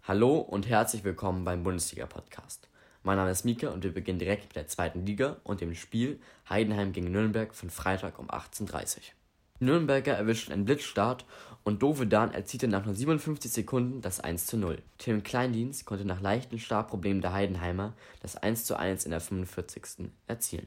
Hallo und herzlich willkommen beim Bundesliga-Podcast. Mein Name ist Mika und wir beginnen direkt mit der zweiten Liga und dem Spiel Heidenheim gegen Nürnberg von Freitag um 18:30 Uhr. Die Nürnberger erwischten einen Blitzstart und Dovedan erzielte nach nur 57 Sekunden das 1:0. Tim Kleindienst konnte nach leichten Startproblemen der Heidenheimer das 1:1 in der 45. erzielen.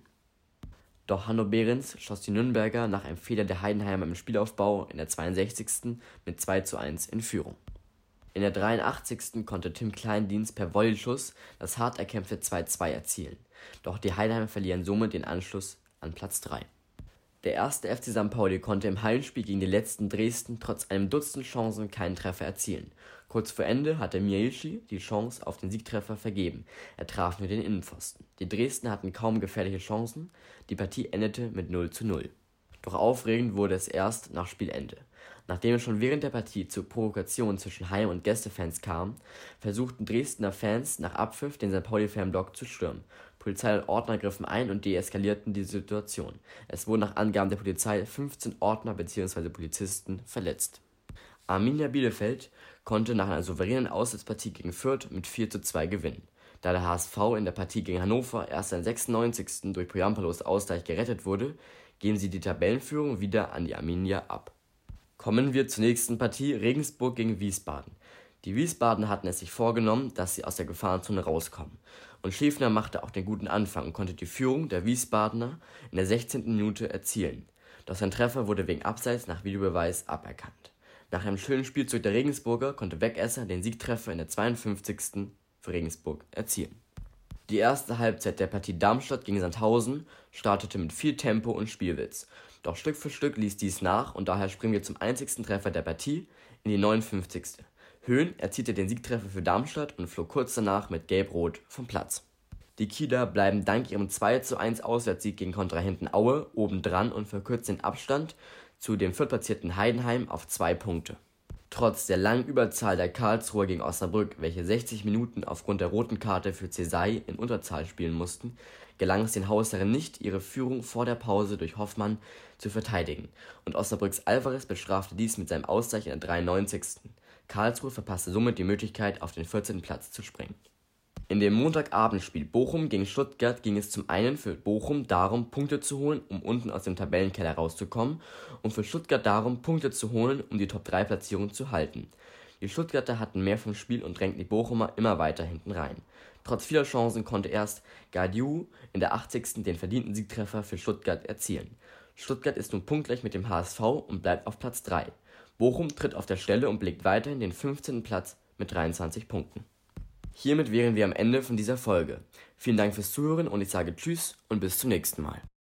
Doch Hanno Behrens schoss die Nürnberger nach einem Fehler der Heidenheimer im Spielaufbau in der 62. mit 2:1 in Führung. In der 83. konnte Tim Kleindienst per Volleyschuss das hart erkämpfte 2:2 erzielen, doch die Heidenheimer verlieren somit den Anschluss an Platz 3. Der erste FC St. Pauli konnte im Heimspiel gegen die letzten Dresden trotz einem Dutzend Chancen keinen Treffer erzielen. Kurz vor Ende hatte Mielici die Chance auf den Siegtreffer vergeben, er traf nur den Innenpfosten. Die Dresdner hatten kaum gefährliche Chancen, die Partie endete mit 0:0. Doch aufregend wurde es erst nach Spielende. Nachdem es schon während der Partie zu Provokationen zwischen Heim- und Gästefans kam, versuchten Dresdner Fans nach Abpfiff den St. Pauli-Fanblock zu stürmen. Polizei und Ordner griffen ein und deeskalierten die Situation. Es wurden nach Angaben der Polizei 15 Ordner bzw. Polizisten verletzt. Arminia Bielefeld konnte nach einer souveränen Auswärtspartie gegen Fürth mit 4:2 gewinnen. Da der HSV in der Partie gegen Hannover erst am 96. durch Poyampalos Ausgleich gerettet wurde, geben sie die Tabellenführung wieder an die Arminia ab. Kommen wir zur nächsten Partie, Regensburg gegen Wiesbaden. Die Wiesbadener hatten es sich vorgenommen, dass sie aus der Gefahrenzone rauskommen. Und Schäfner machte auch den guten Anfang und konnte die Führung der Wiesbadener in der 16. Minute erzielen. Doch sein Treffer wurde wegen Abseits nach Videobeweis aberkannt. Nach einem schönen Spielzug der Regensburger konnte Wegesser den Siegtreffer in der 52. für Regensburg erzielen. Die erste Halbzeit der Partie Darmstadt gegen Sandhausen startete mit viel Tempo und Spielwitz. Doch Stück für Stück ließ dies nach und daher springen wir zum einzigsten Treffer der Partie in die 59. Höhn erzielte den Siegtreffer für Darmstadt und flog kurz danach mit Gelb-Rot vom Platz. Die Kieler bleiben dank ihrem 2:1 Auswärtssieg gegen Kontrahenten Aue obendran und verkürzen den Abstand zu dem viertplatzierten Heidenheim auf 2 Punkte. Trotz der langen Überzahl der Karlsruher gegen Osnabrück, welche 60 Minuten aufgrund der roten Karte für Cesai in Unterzahl spielen mussten, gelang es den Hausherren nicht, ihre Führung vor der Pause durch Hoffmann zu verteidigen, und Osnabrücks Alvarez bestrafte dies mit seinem Ausgleich in der 93. Karlsruhe verpasste somit die Möglichkeit, auf den 14. Platz zu springen. In dem Montagabendspiel Bochum gegen Stuttgart ging es zum einen für Bochum darum, Punkte zu holen, um unten aus dem Tabellenkeller rauszukommen, und für Stuttgart darum, Punkte zu holen, um die Top-3-Platzierung zu halten. Die Stuttgarter hatten mehr vom Spiel und drängten die Bochumer immer weiter hinten rein. Trotz vieler Chancen konnte erst Gardiou in der 80. den verdienten Siegtreffer für Stuttgart erzielen. Stuttgart ist nun punktgleich mit dem HSV und bleibt auf Platz 3. Bochum tritt auf der Stelle und belegt weiterhin den 15. Platz mit 23 Punkten. Hiermit wären wir am Ende von dieser Folge. Vielen Dank fürs Zuhören und ich sage Tschüss und bis zum nächsten Mal.